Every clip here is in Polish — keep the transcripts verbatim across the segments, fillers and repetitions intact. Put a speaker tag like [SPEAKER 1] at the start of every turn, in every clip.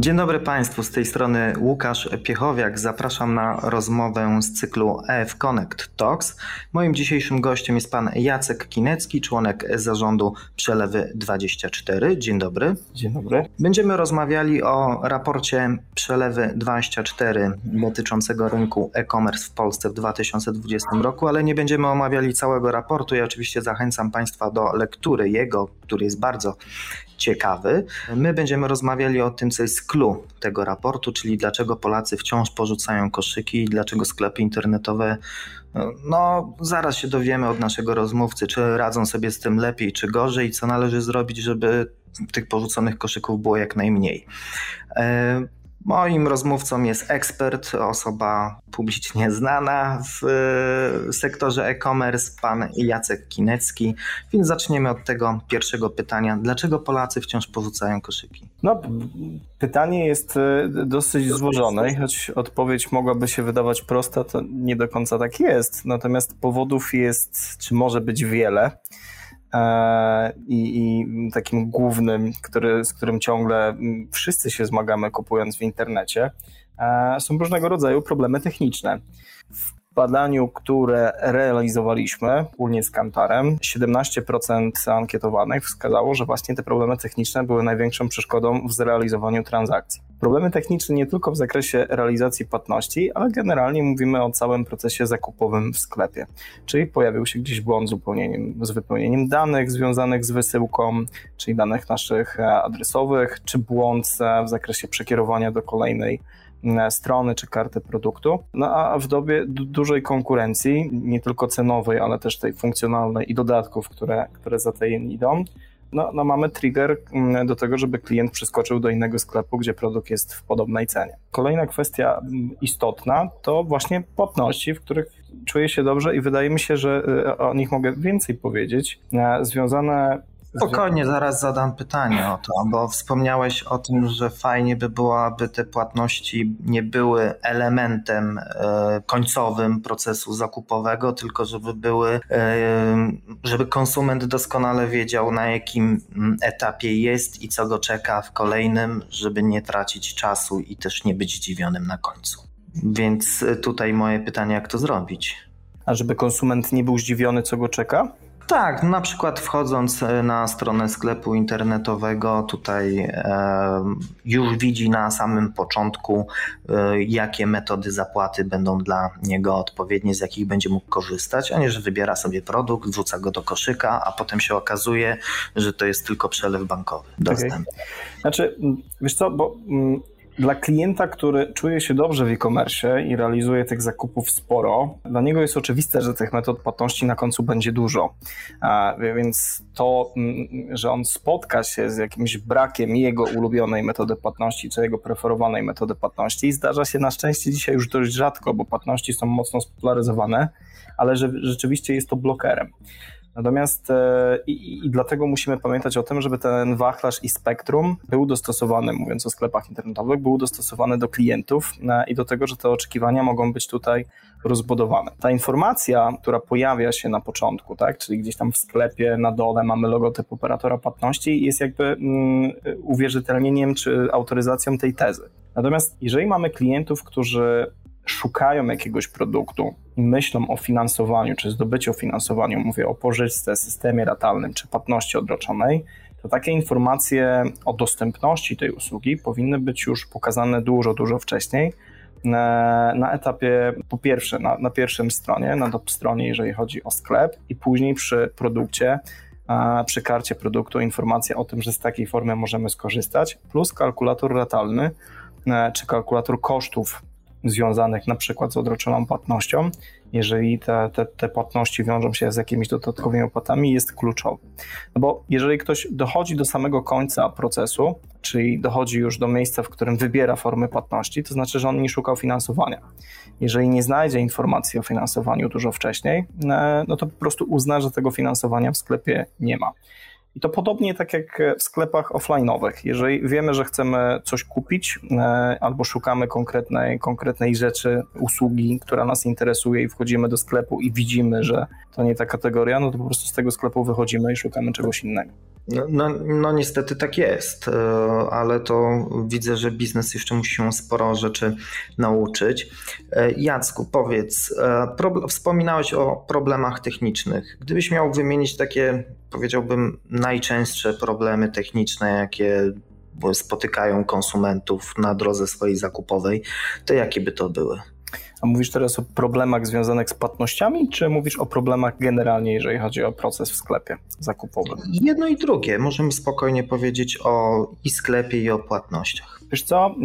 [SPEAKER 1] Dzień dobry Państwu, z tej strony Łukasz Piechowiak. Zapraszam na rozmowę z cyklu E F Connect Talks. Moim dzisiejszym gościem jest pan Jacek Kinecki, członek zarządu Przelewy dwadzieścia cztery. Dzień dobry.
[SPEAKER 2] Dzień dobry.
[SPEAKER 1] Będziemy rozmawiali o raporcie Przelewy dwadzieścia cztery dotyczącego rynku e-commerce w Polsce w dwa tysiące dwudziestym roku, ale nie będziemy omawiali całego raportu. Ja oczywiście zachęcam Państwa do lektury jego, który jest bardzo ciekawy. My będziemy rozmawiali o tym, co jest clue tego raportu, czyli dlaczego Polacy wciąż porzucają koszyki i dlaczego sklepy internetowe, no zaraz się dowiemy od naszego rozmówcy, czy radzą sobie z tym lepiej, czy gorzej, co należy zrobić, żeby tych porzuconych koszyków było jak najmniej. Moim rozmówcą jest ekspert, osoba publicznie znana w sektorze e-commerce, pan Jacek Kinecki. Więc zaczniemy od tego pierwszego pytania. Dlaczego Polacy wciąż porzucają koszyki?
[SPEAKER 2] No, pytanie jest dosyć złożone i choć odpowiedź mogłaby się wydawać prosta, to nie do końca tak jest. Natomiast powodów jest, czy może być wiele. I, i takim głównym, który, z którym ciągle wszyscy się zmagamy kupując w internecie, są różnego rodzaju problemy techniczne. W badaniu, które realizowaliśmy wspólnie z Kantarem, siedemnaście procent ankietowanych wskazało, że właśnie te problemy techniczne były największą przeszkodą w zrealizowaniu transakcji. Problemy techniczne nie tylko w zakresie realizacji płatności, ale generalnie mówimy o całym procesie zakupowym w sklepie. Czyli pojawił się gdzieś błąd z wypełnieniem, z wypełnieniem danych związanych z wysyłką, czyli danych naszych adresowych, czy błąd w zakresie przekierowania do kolejnej strony czy karty produktu. No a w dobie du- dużej konkurencji, nie tylko cenowej, ale też tej funkcjonalnej i dodatków, które, które za tym idą, no, no mamy trigger do tego, żeby klient przeskoczył do innego sklepu, gdzie produkt jest w podobnej cenie. Kolejna kwestia istotna to właśnie płatności, w których czuję się dobrze i wydaje mi się, że o nich mogę więcej powiedzieć, związane
[SPEAKER 1] Spokojnie, zaraz zadam pytanie o to, bo wspomniałeś o tym, że fajnie by było, aby te płatności nie były elementem e, końcowym procesu zakupowego, tylko żeby były, e, żeby konsument doskonale wiedział, na jakim etapie jest i co go czeka w kolejnym, żeby nie tracić czasu i też nie być zdziwionym na końcu. Więc tutaj moje pytanie, jak to zrobić?
[SPEAKER 2] A żeby konsument nie był zdziwiony, co go czeka?
[SPEAKER 1] Tak, na przykład wchodząc na stronę sklepu internetowego, tutaj e, już widzi na samym początku, e, jakie metody zapłaty będą dla niego odpowiednie, z jakich będzie mógł korzystać, a nie, że wybiera sobie produkt, wrzuca go do koszyka, a potem się okazuje, że to jest tylko przelew bankowy. Dostęp. Okay.
[SPEAKER 2] Znaczy, wiesz co, bo... Mm... Dla klienta, który czuje się dobrze w e-commerce i realizuje tych zakupów sporo, dla niego jest oczywiste, że tych metod płatności na końcu będzie dużo. A więc to, że on spotka się z jakimś brakiem jego ulubionej metody płatności czy jego preferowanej metody płatności, zdarza się na szczęście dzisiaj już dość rzadko, bo płatności są mocno spopularyzowane, ale że rzeczywiście jest to blokerem. Natomiast e, i, i dlatego musimy pamiętać o tym, żeby ten wachlarz i spektrum był dostosowany, mówiąc o sklepach internetowych, był dostosowany do klientów e, i do tego, że te oczekiwania mogą być tutaj rozbudowane. Ta informacja, która pojawia się na początku, tak, czyli gdzieś tam w sklepie na dole mamy logotyp operatora płatności, jest jakby mm, uwierzytelnieniem czy autoryzacją tej tezy. Natomiast jeżeli mamy klientów, którzy szukają jakiegoś produktu i myślą o finansowaniu, czy zdobyciu finansowaniu, mówię o pożyczce, systemie ratalnym, czy płatności odroczonej, to takie informacje o dostępności tej usługi powinny być już pokazane dużo, dużo wcześniej na, na etapie, po pierwsze, na, na pierwszym stronie, na top stronie, jeżeli chodzi o sklep i później przy produkcie, przy karcie produktu informacja o tym, że z takiej formy możemy skorzystać, plus kalkulator ratalny, czy kalkulator kosztów związanych na przykład z odroczoną płatnością, jeżeli te, te, te płatności wiążą się z jakimiś dodatkowymi opłatami, jest kluczowy. No bo jeżeli ktoś dochodzi do samego końca procesu, czyli dochodzi już do miejsca, w którym wybiera formy płatności, to znaczy, że on nie szukał finansowania. Jeżeli nie znajdzie informacji o finansowaniu dużo wcześniej, no to po prostu uzna, że tego finansowania w sklepie nie ma. I to podobnie tak jak w sklepach offline'owych. Jeżeli wiemy, że chcemy coś kupić albo szukamy konkretnej, konkretnej rzeczy, usługi, która nas interesuje i wchodzimy do sklepu i widzimy, że to nie ta kategoria, no to po prostu z tego sklepu wychodzimy i szukamy czegoś innego.
[SPEAKER 1] No, no, no niestety tak jest, ale to widzę, że biznes jeszcze musi się sporo rzeczy nauczyć. Jacku, powiedz, pro, wspominałeś o problemach technicznych. Gdybyś miał wymienić takie, powiedziałbym, najczęstsze problemy techniczne, jakie spotykają konsumentów na drodze swojej zakupowej, to jakie by to były?
[SPEAKER 2] A mówisz teraz o problemach związanych z płatnościami, czy mówisz o problemach generalnie, jeżeli chodzi o proces w sklepie zakupowym?
[SPEAKER 1] Jedno i drugie. Możemy spokojnie powiedzieć o i sklepie, i o płatnościach.
[SPEAKER 2] Wiesz co,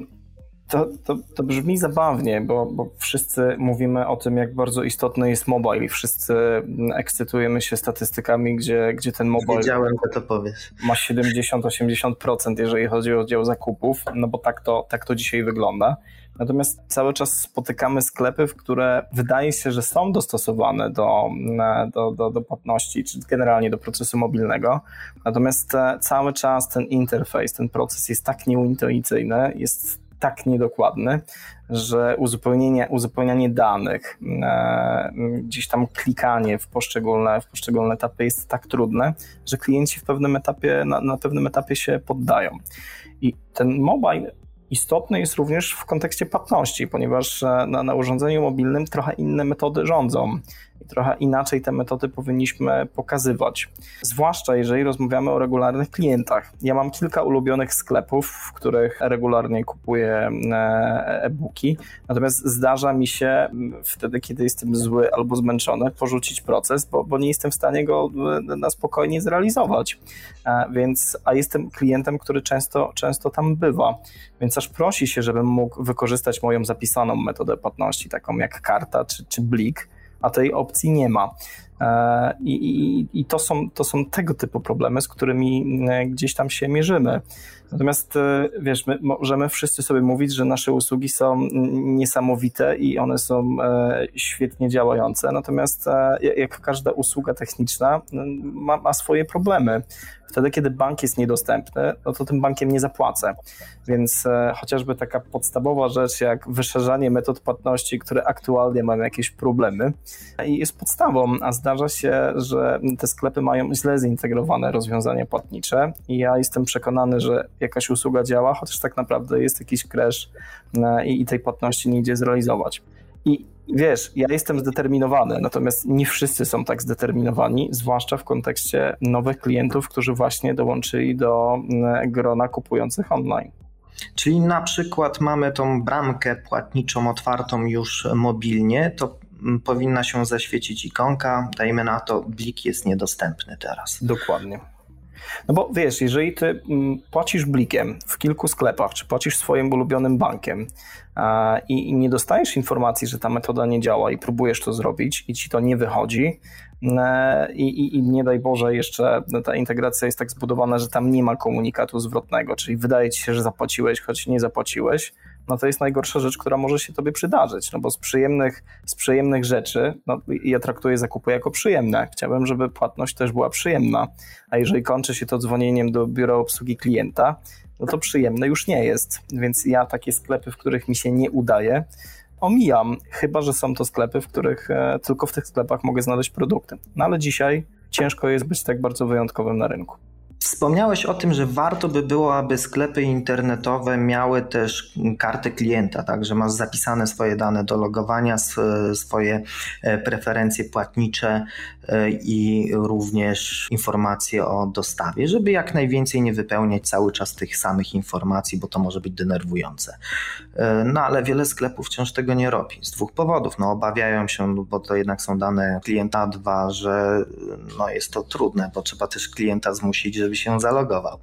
[SPEAKER 2] to, to, to brzmi zabawnie, bo, bo wszyscy mówimy o tym, jak bardzo istotny jest mobile i wszyscy ekscytujemy się statystykami, gdzie, gdzie ten mobile
[SPEAKER 1] Wiedziałem, że to powiesz.
[SPEAKER 2] Ma siedemdziesiąt do osiemdziesięciu procent, jeżeli chodzi o dział zakupów, no bo tak to, tak to dzisiaj wygląda. Natomiast cały czas spotykamy sklepy, w które wydaje się, że są dostosowane do, do, do, do płatności, czy generalnie do procesu mobilnego. Natomiast cały czas ten interfejs, ten proces jest tak nieuintuicyjny, jest tak niedokładny, że uzupełnienie, uzupełnianie danych, e, gdzieś tam klikanie w poszczególne, w poszczególne etapy jest tak trudne, że klienci w pewnym etapie, na, na pewnym etapie się poddają. I ten mobile istotny jest również w kontekście płatności, ponieważ na, na urządzeniu mobilnym trochę inne metody rządzą i trochę inaczej te metody powinniśmy pokazywać. Zwłaszcza jeżeli rozmawiamy o regularnych klientach. Ja mam kilka ulubionych sklepów, w których regularnie kupuję e-booki, natomiast zdarza mi się wtedy, kiedy jestem zły albo zmęczony, porzucić proces, bo, bo nie jestem w stanie go na spokojnie zrealizować. Więc, a jestem klientem, który często, często tam bywa, więc aż prosi się, żebym mógł wykorzystać moją zapisaną metodę płatności, taką jak karta czy, czy blik, a tej opcji nie ma. I, i, i to, są, to są tego typu problemy, z którymi gdzieś tam się mierzymy. Natomiast wiesz, my możemy wszyscy sobie mówić, że nasze usługi są niesamowite i one są świetnie działające, natomiast jak każda usługa techniczna ma, ma swoje problemy. Wtedy, kiedy bank jest niedostępny, no to tym bankiem nie zapłacę. Więc chociażby taka podstawowa rzecz jak wyszerzanie metod płatności, które aktualnie mają jakieś problemy, jest podstawą, a zdarza się, że te sklepy mają źle zintegrowane rozwiązania płatnicze i ja jestem przekonany, że jakaś usługa działa, chociaż tak naprawdę jest jakiś crash i, i tej płatności nie idzie zrealizować. I wiesz, ja jestem zdeterminowany, natomiast nie wszyscy są tak zdeterminowani, zwłaszcza w kontekście nowych klientów, którzy właśnie dołączyli do grona kupujących online.
[SPEAKER 1] Czyli na przykład mamy tą bramkę płatniczą otwartą już mobilnie, to powinna się zaświecić ikonka, dajmy na to, blik jest niedostępny teraz.
[SPEAKER 2] Dokładnie. No bo wiesz, jeżeli ty płacisz blikiem w kilku sklepach, czy płacisz swoim ulubionym bankiem i nie dostajesz informacji, że ta metoda nie działa i próbujesz to zrobić i ci to nie wychodzi i, i, i nie daj Boże jeszcze ta integracja jest tak zbudowana, że tam nie ma komunikatu zwrotnego, czyli wydaje ci się, że zapłaciłeś, choć nie zapłaciłeś, no to jest najgorsza rzecz, która może się tobie przydarzyć, no bo z przyjemnych, z przyjemnych rzeczy, no ja traktuję zakupy jako przyjemne. Chciałbym, żeby płatność też była przyjemna, a jeżeli kończy się to dzwonieniem do biura obsługi klienta, no to przyjemne już nie jest, więc ja takie sklepy, w których mi się nie udaje, omijam, chyba że są to sklepy, w których e, tylko w tych sklepach mogę znaleźć produkty. No ale dzisiaj ciężko jest być tak bardzo wyjątkowym na rynku.
[SPEAKER 1] Wspomniałeś o tym, że warto by było, aby sklepy internetowe miały też kartę klienta, tak, że masz zapisane swoje dane do logowania, swoje preferencje płatnicze i również informacje o dostawie, żeby jak najwięcej nie wypełniać cały czas tych samych informacji, bo to może być denerwujące. No ale wiele sklepów wciąż tego nie robi z dwóch powodów. No, obawiają się, bo to jednak są dane klienta, dwa, że no, jest to trudne, bo trzeba też klienta zmusić, żeby się zalogował.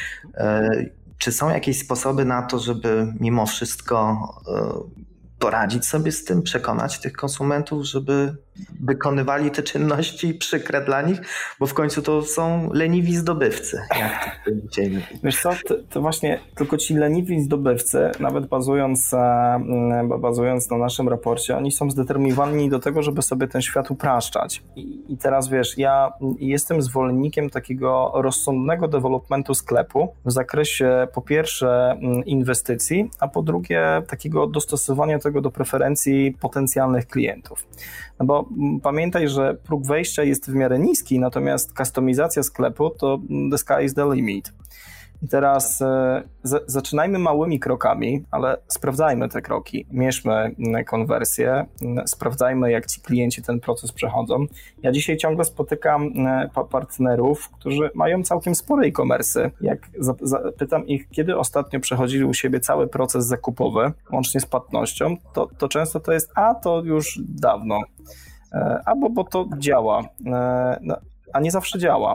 [SPEAKER 1] Czy są jakieś sposoby na to, żeby mimo wszystko poradzić sobie z tym, przekonać tych konsumentów, żeby wykonywali te czynności przykre dla nich, bo w końcu to są leniwi zdobywcy, jak to dzisiaj mówi.
[SPEAKER 2] Wiesz co, to, to właśnie tylko ci leniwi zdobywcy, nawet bazując, bazując na naszym raporcie, oni są zdeterminowani do tego, żeby sobie ten świat upraszczać. I, i teraz wiesz, ja jestem zwolennikiem takiego rozsądnego developmentu sklepu w zakresie po pierwsze inwestycji, a po drugie takiego dostosowania tego do preferencji potencjalnych klientów. No bo pamiętaj, że próg wejścia jest w miarę niski, natomiast kustomizacja sklepu to the sky is the limit. I teraz e, z, zaczynajmy małymi krokami, ale sprawdzajmy te kroki, mierzmy konwersję, sprawdzajmy, jak ci klienci ten proces przechodzą. Ja dzisiaj ciągle spotykam e, partnerów, którzy mają całkiem spore e-commerce. Jak za, zapytam ich, kiedy ostatnio przechodzili u siebie cały proces zakupowy, łącznie z płatnością, to, to często to jest, a to już dawno, e, albo bo to działa, e, no, a nie zawsze działa.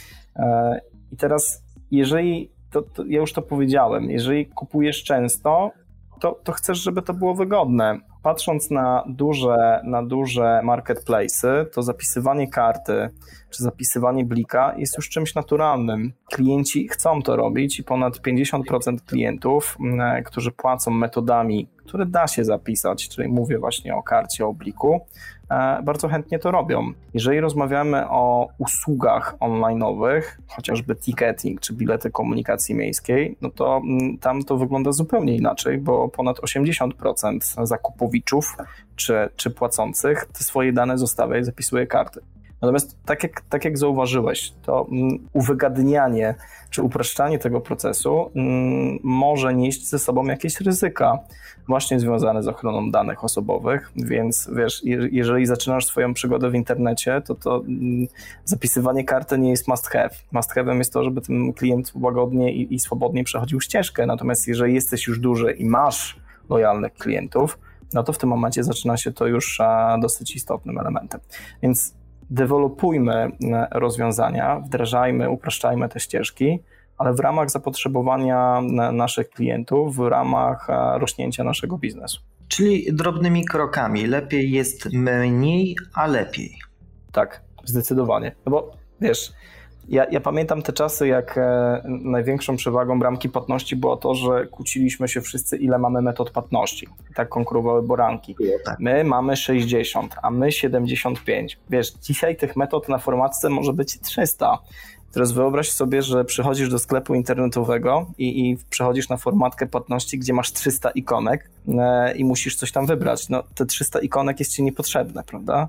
[SPEAKER 2] E, I teraz jeżeli, to, to ja już to powiedziałem, jeżeli kupujesz często, to, to chcesz, żeby to było wygodne. Patrząc na duże, na duże marketplace'y, to zapisywanie karty czy zapisywanie blika jest już czymś naturalnym. Klienci chcą to robić i ponad pięćdziesiąt procent klientów, którzy płacą metodami, które da się zapisać, czyli mówię właśnie o karcie, o bliku, bardzo chętnie to robią. Jeżeli rozmawiamy o usługach online'owych, chociażby ticketing czy bilety komunikacji miejskiej, no to tam to wygląda zupełnie inaczej, bo ponad osiemdziesiąt procent zakupowiczów czy, czy płacących te swoje dane zostawia i zapisuje karty. Natomiast tak jak, tak jak zauważyłeś, to uwygadnianie czy upraszczanie tego procesu może nieść ze sobą jakieś ryzyka właśnie związane z ochroną danych osobowych, więc wiesz, jeżeli zaczynasz swoją przygodę w internecie, to to zapisywanie karty nie jest must have. Must have'em jest to, żeby ten klient łagodnie i, i swobodnie przechodził ścieżkę, natomiast jeżeli jesteś już duży i masz lojalnych klientów, no to w tym momencie zaczyna się to już dosyć istotnym elementem. Więc dewelopujmy rozwiązania, wdrażajmy, upraszczajmy te ścieżki, ale w ramach zapotrzebowania naszych klientów, w ramach rośnięcia naszego biznesu.
[SPEAKER 1] Czyli drobnymi krokami. Lepiej jest mniej, a lepiej.
[SPEAKER 2] Tak, zdecydowanie. No bo wiesz, ja, ja pamiętam te czasy, jak e, największą przewagą bramki płatności było to, że kłóciliśmy się wszyscy, ile mamy metod płatności. I tak konkurowały boranki. My mamy sześćdziesiąt, a my siedemdziesiąt pięć. Wiesz, dzisiaj tych metod na formatce może być trzysta. Teraz wyobraź sobie, że przychodzisz do sklepu internetowego i, i przechodzisz na formatkę płatności, gdzie masz trzysta ikonek e, i musisz coś tam wybrać. No te trzysta ikonek jest ci niepotrzebne, prawda?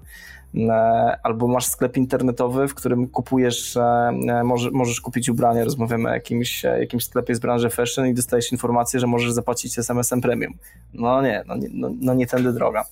[SPEAKER 2] Albo masz sklep internetowy, w którym kupujesz, może, możesz kupić ubrania, rozmawiamy o jakimś, jakimś sklepie z branży fashion i dostajesz informację, że możesz zapłacić es em esem premium. No nie, no nie, no, no nie tędy droga.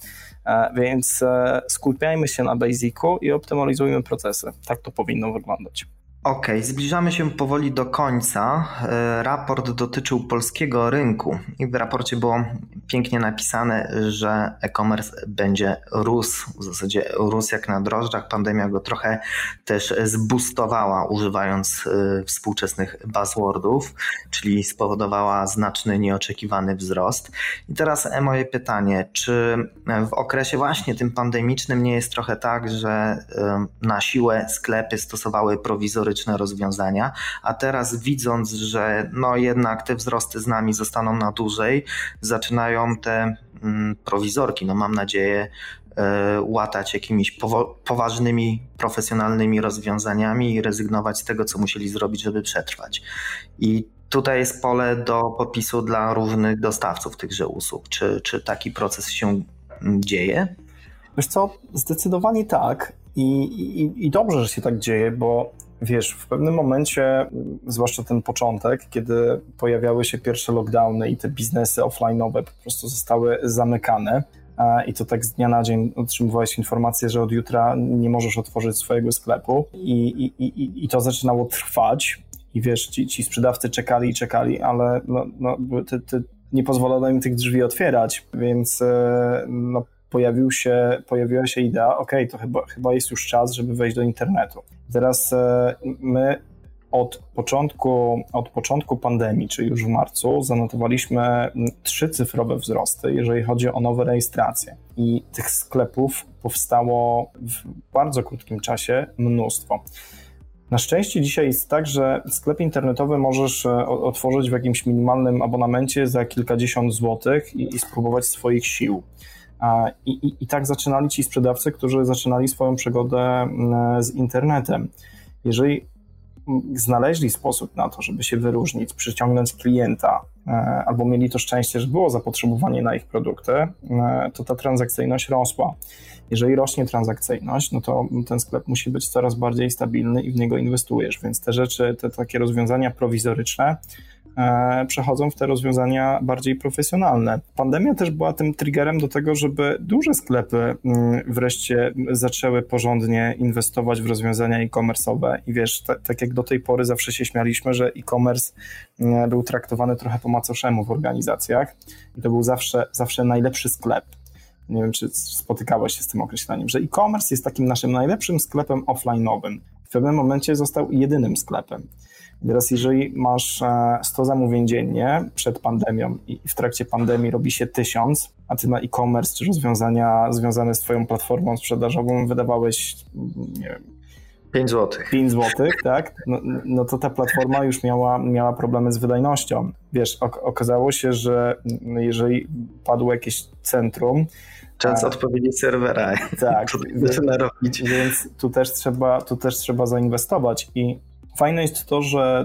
[SPEAKER 2] Więc skupiajmy się na basicu i optymalizujmy procesy. Tak to powinno wyglądać.
[SPEAKER 1] Okej, okay, zbliżamy się powoli do końca. Raport dotyczył polskiego rynku i w raporcie było pięknie napisane, że e-commerce będzie rósł, w zasadzie rósł jak na drożdżach. Pandemia go trochę też zboostowała, używając współczesnych buzzwordów, czyli spowodowała znaczny, nieoczekiwany wzrost. I teraz moje pytanie, czy w okresie właśnie tym pandemicznym nie jest trochę tak, że na siłę sklepy stosowały prowizory rozwiązania, a teraz widząc, że no jednak te wzrosty z nami zostaną na dłużej, zaczynają te mm, prowizorki, no mam nadzieję, y, łatać jakimiś powo- poważnymi, profesjonalnymi rozwiązaniami i rezygnować z tego, co musieli zrobić, żeby przetrwać. I tutaj jest pole do popisu dla różnych dostawców tychże usług. Czy, czy taki proces się dzieje?
[SPEAKER 2] Wiesz co, zdecydowanie tak i, i, i dobrze, że się tak dzieje, bo wiesz, w pewnym momencie, zwłaszcza ten początek, kiedy pojawiały się pierwsze lockdowny i te biznesy offline'owe po prostu zostały zamykane i to tak z dnia na dzień otrzymywałeś informację, że od jutra nie możesz otworzyć swojego sklepu i, i, i, i to zaczynało trwać i wiesz, ci, ci sprzedawcy czekali i czekali, ale no, no, ty, ty nie pozwolono im tych drzwi otwierać, więc no, pojawił się, pojawiła się idea, ok, to chyba, chyba jest już czas, żeby wejść do internetu. Teraz my od początku, od początku pandemii, czyli już w marcu, zanotowaliśmy trzycyfrowe wzrosty, jeżeli chodzi o nowe rejestracje. I tych sklepów powstało w bardzo krótkim czasie mnóstwo. Na szczęście dzisiaj jest tak, że sklep internetowy możesz otworzyć w jakimś minimalnym abonamencie za kilkadziesiąt złotych i, i spróbować swoich sił. I, i, I tak zaczynali ci sprzedawcy, którzy zaczynali swoją przygodę z internetem. Jeżeli znaleźli sposób na to, żeby się wyróżnić, przyciągnąć klienta, albo mieli to szczęście, że było zapotrzebowanie na ich produkty, to ta transakcyjność rosła. Jeżeli rośnie transakcyjność, no to ten sklep musi być coraz bardziej stabilny i w niego inwestujesz, więc te rzeczy, te takie rozwiązania prowizoryczne e, przechodzą w te rozwiązania bardziej profesjonalne. Pandemia też była tym triggerem do tego, żeby duże sklepy m, wreszcie zaczęły porządnie inwestować w rozwiązania e-commerce'owe i wiesz, t- tak jak do tej pory zawsze się śmialiśmy, że e-commerce m, był traktowany trochę po macoszemu w organizacjach i to był zawsze, zawsze najlepszy sklep. Nie wiem, czy spotykałeś się z tym określeniem, że e-commerce jest takim naszym najlepszym sklepem offline'owym. W pewnym momencie został jedynym sklepem. I teraz jeżeli masz sto zamówień dziennie przed pandemią i w trakcie pandemii robi się tysiąc, a ty na e-commerce czy rozwiązania związane z twoją platformą sprzedażową wydawałeś, nie wiem,
[SPEAKER 1] pięć złotych.
[SPEAKER 2] pięć złotych, tak? No, no to ta platforma już miała, miała problemy z wydajnością. Wiesz, ok- okazało się, że jeżeli padło jakieś centrum,
[SPEAKER 1] Czas odpowiedzi serwera.
[SPEAKER 2] Tak,
[SPEAKER 1] zaczyna robić.
[SPEAKER 2] Więc tu też trzeba, tu też trzeba zainwestować i fajne jest to, że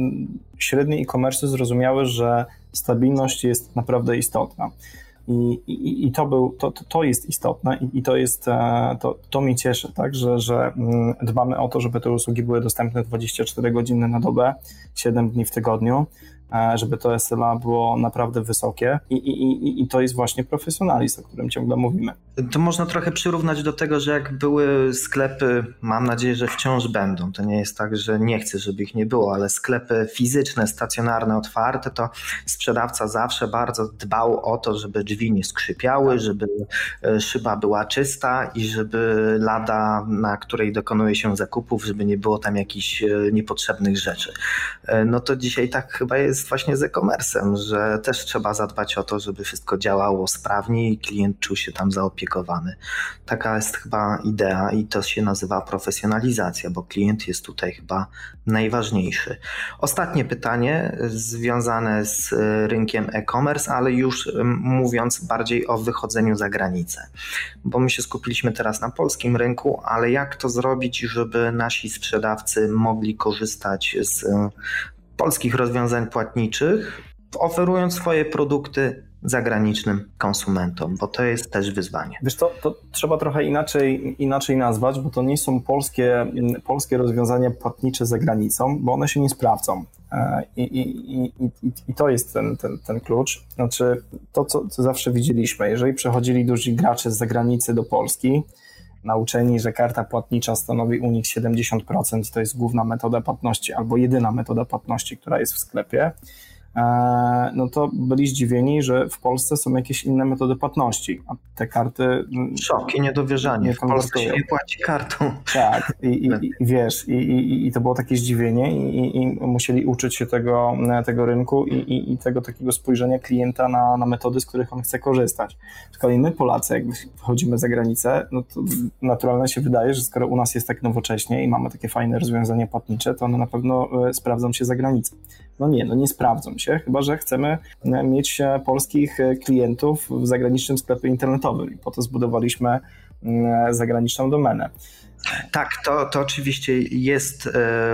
[SPEAKER 2] średnie e-commerce zrozumiały, że stabilność jest naprawdę istotna. I, i, i to, był, to, to jest istotne i, i to, jest, to, to mnie cieszy, tak? że, że dbamy o to, żeby te usługi były dostępne dwadzieścia cztery godziny na dobę, siedem dni w tygodniu, żeby to S L A było naprawdę wysokie i, i, i, i to jest właśnie profesjonalizm, o którym ciągle mówimy.
[SPEAKER 1] To można trochę przyrównać do tego, że jak były sklepy, mam nadzieję, że wciąż będą, to nie jest tak, że nie chcę, żeby ich nie było, ale sklepy fizyczne, stacjonarne, otwarte, to sprzedawca zawsze bardzo dbał o to, żeby drzwi nie skrzypiały, żeby szyba była czysta i żeby lada, na której dokonuje się zakupów, żeby nie było tam jakichś niepotrzebnych rzeczy. No to dzisiaj tak chyba jest właśnie z e-commerce'em, że też trzeba zadbać o to, żeby wszystko działało sprawnie i klient czuł się tam zaopiekowany. Taka jest chyba idea i to się nazywa profesjonalizacja, bo klient jest tutaj chyba najważniejszy. Ostatnie pytanie związane z rynkiem e-commerce, ale już mówiąc bardziej o wychodzeniu za granicę, bo my się skupiliśmy teraz na polskim rynku, ale jak to zrobić, żeby nasi sprzedawcy mogli korzystać z polskich rozwiązań płatniczych, oferując swoje produkty zagranicznym konsumentom, bo to jest też wyzwanie.
[SPEAKER 2] Wiesz co, to trzeba trochę inaczej, inaczej nazwać, bo to nie są polskie, polskie rozwiązania płatnicze za granicą, bo one się nie sprawdzą. I, i, i, i, i to jest ten, ten, ten klucz. Znaczy to, co, co zawsze widzieliśmy, jeżeli przechodzili duzi gracze z zagranicy do Polski, nauczeni, że karta płatnicza stanowi u nich siedemdziesiąt procent i to jest główna metoda płatności albo jedyna metoda płatności, która jest w sklepie, no to byli zdziwieni, że w Polsce są jakieś inne metody płatności, a te karty...
[SPEAKER 1] Szok i niedowierzanie. Nie w Polsce się nie płaci kartą.
[SPEAKER 2] Tak, i, i, i wiesz, i, i, i to było takie zdziwienie i, i musieli uczyć się tego, tego rynku i, i, i tego takiego spojrzenia klienta na, na metody, z których on chce korzystać. Z kolei my Polacy, jak wychodzimy za granicę, no to naturalnie się wydaje, że skoro u nas jest tak nowocześnie i mamy takie fajne rozwiązania płatnicze, to one na pewno sprawdzą się za granicą. No nie, no nie sprawdzą się, chyba że chcemy mieć polskich klientów w zagranicznym sklepie internetowym i po to zbudowaliśmy zagraniczną domenę.
[SPEAKER 1] Tak, to, to oczywiście jest,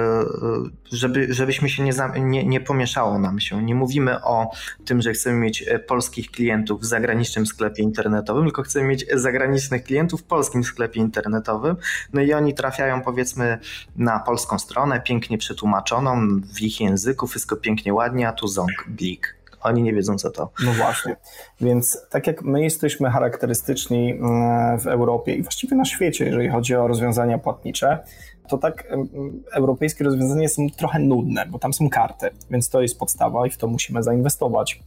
[SPEAKER 1] żeby, żebyśmy się nie, nie, nie pomieszało nam się. Nie mówimy o tym, że chcemy mieć polskich klientów w zagranicznym sklepie internetowym, tylko chcemy mieć zagranicznych klientów w polskim sklepie internetowym. No i oni trafiają powiedzmy na polską stronę, pięknie przetłumaczoną w ich języku, wszystko pięknie, ładnie, a tu ząg, blik. Oni nie wiedzą, co to.
[SPEAKER 2] No właśnie, więc tak jak my jesteśmy charakterystyczni w Europie i właściwie na świecie, jeżeli chodzi o rozwiązania płatnicze, to tak europejskie rozwiązania są trochę nudne, bo tam są karty, więc to jest podstawa i w to musimy zainwestować.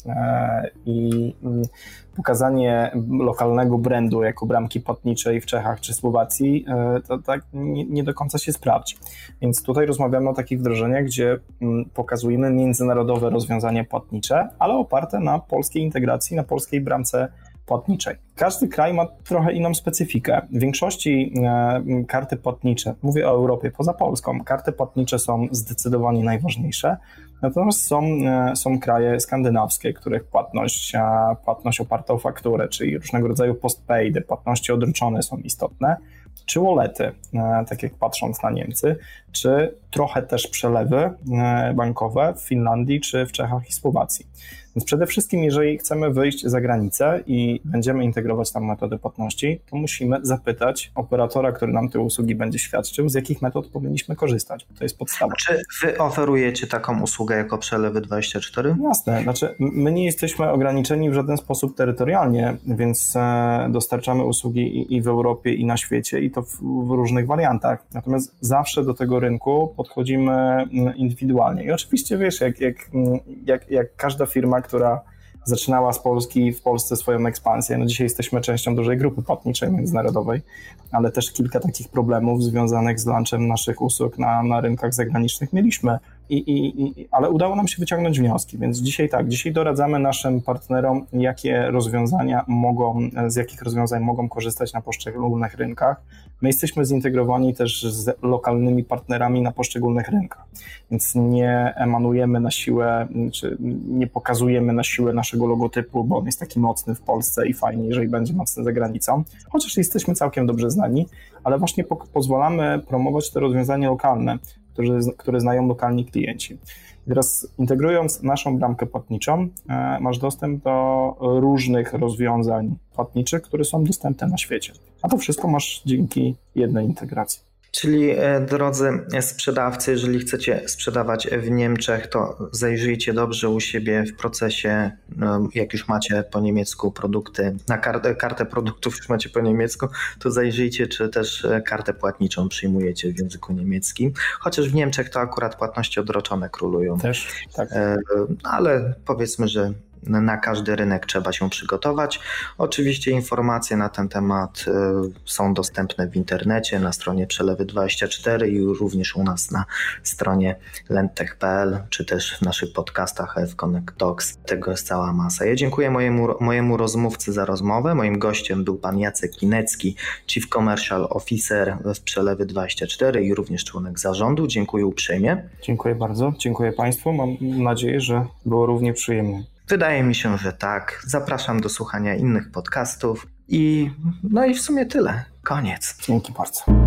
[SPEAKER 2] I pokazanie lokalnego brandu jako bramki płatniczej w Czechach czy Słowacji to tak nie, nie do końca się sprawdzi. Więc tutaj rozmawiamy o takich wdrożeniach, gdzie pokazujemy międzynarodowe rozwiązania płatnicze, ale oparte na polskiej integracji, na polskiej bramce płatniczej. Każdy kraj ma trochę inną specyfikę. W większości e, karty płatnicze, mówię o Europie poza Polską, karty płatnicze są zdecydowanie najważniejsze, natomiast są, e, są kraje skandynawskie, których płatność, e, płatność oparta o fakturę, czyli różnego rodzaju postpaydy, płatności odroczone są istotne, czy wallety, e, tak jak patrząc na Niemcy, czy trochę też przelewy bankowe w Finlandii czy w Czechach i Słowacji. Więc przede wszystkim, jeżeli chcemy wyjść za granicę i będziemy integrować tam metody płatności, to musimy zapytać operatora, który nam te usługi będzie świadczył, z jakich metod powinniśmy korzystać. To jest podstawa.
[SPEAKER 1] Czy wy oferujecie taką usługę jako Przelewy dwadzieścia cztery?
[SPEAKER 2] Jasne, znaczy my nie jesteśmy ograniczeni w żaden sposób terytorialnie, więc dostarczamy usługi i w Europie, i na świecie, i to w, w różnych wariantach. Natomiast zawsze do tego rynku podchodzimy indywidualnie. I oczywiście wiesz, jak, jak, jak, jak każda firma, która zaczynała z Polski w Polsce swoją ekspansję. No dzisiaj jesteśmy częścią dużej grupy płatniczej międzynarodowej, ale też kilka takich problemów związanych z launchem naszych usług na, na rynkach zagranicznych mieliśmy. I, i, i, ale udało nam się wyciągnąć wnioski, więc dzisiaj tak, dzisiaj doradzamy naszym partnerom, jakie rozwiązania mogą, z jakich rozwiązań mogą korzystać na poszczególnych rynkach. My jesteśmy zintegrowani też z lokalnymi partnerami na poszczególnych rynkach, więc nie emanujemy na siłę, czy nie pokazujemy na siłę naszego logotypu, bo on jest taki mocny w Polsce i fajnie, jeżeli będzie mocny za granicą, chociaż jesteśmy całkiem dobrze znani, ale właśnie po, pozwalamy promować te rozwiązania lokalne, które, które znają lokalni klienci. I teraz integrując naszą bramkę płatniczą, masz dostęp do różnych rozwiązań płatniczych, które są dostępne na świecie. A to wszystko masz dzięki jednej integracji.
[SPEAKER 1] Czyli drodzy sprzedawcy, jeżeli chcecie sprzedawać w Niemczech, to zajrzyjcie dobrze u siebie w procesie, jak już macie po niemiecku produkty, na kartę, kartę produktów już macie po niemiecku, to zajrzyjcie, czy też kartę płatniczą przyjmujecie w języku niemieckim. Chociaż w Niemczech to akurat płatności odroczone królują.
[SPEAKER 2] Też, tak.
[SPEAKER 1] Ale powiedzmy, że na każdy rynek trzeba się przygotować. Oczywiście informacje na ten temat są dostępne w internecie, na stronie Przelewy dwadzieścia cztery i również u nas na stronie lendtech kropka p l, czy też w naszych podcastach F Connect Talks. Tego jest cała masa. Ja dziękuję mojemu, mojemu rozmówcy za rozmowę. Moim gościem był pan Jacek Kinecki, Chief Commercial Officer w Przelewy dwadzieścia cztery i również członek zarządu. Dziękuję uprzejmie.
[SPEAKER 2] Dziękuję bardzo. Dziękuję państwu. Mam nadzieję, że było równie przyjemnie.
[SPEAKER 1] Wydaje mi się, że tak. Zapraszam do słuchania innych podcastów i no i w sumie tyle. Koniec.
[SPEAKER 2] Dzięki bardzo.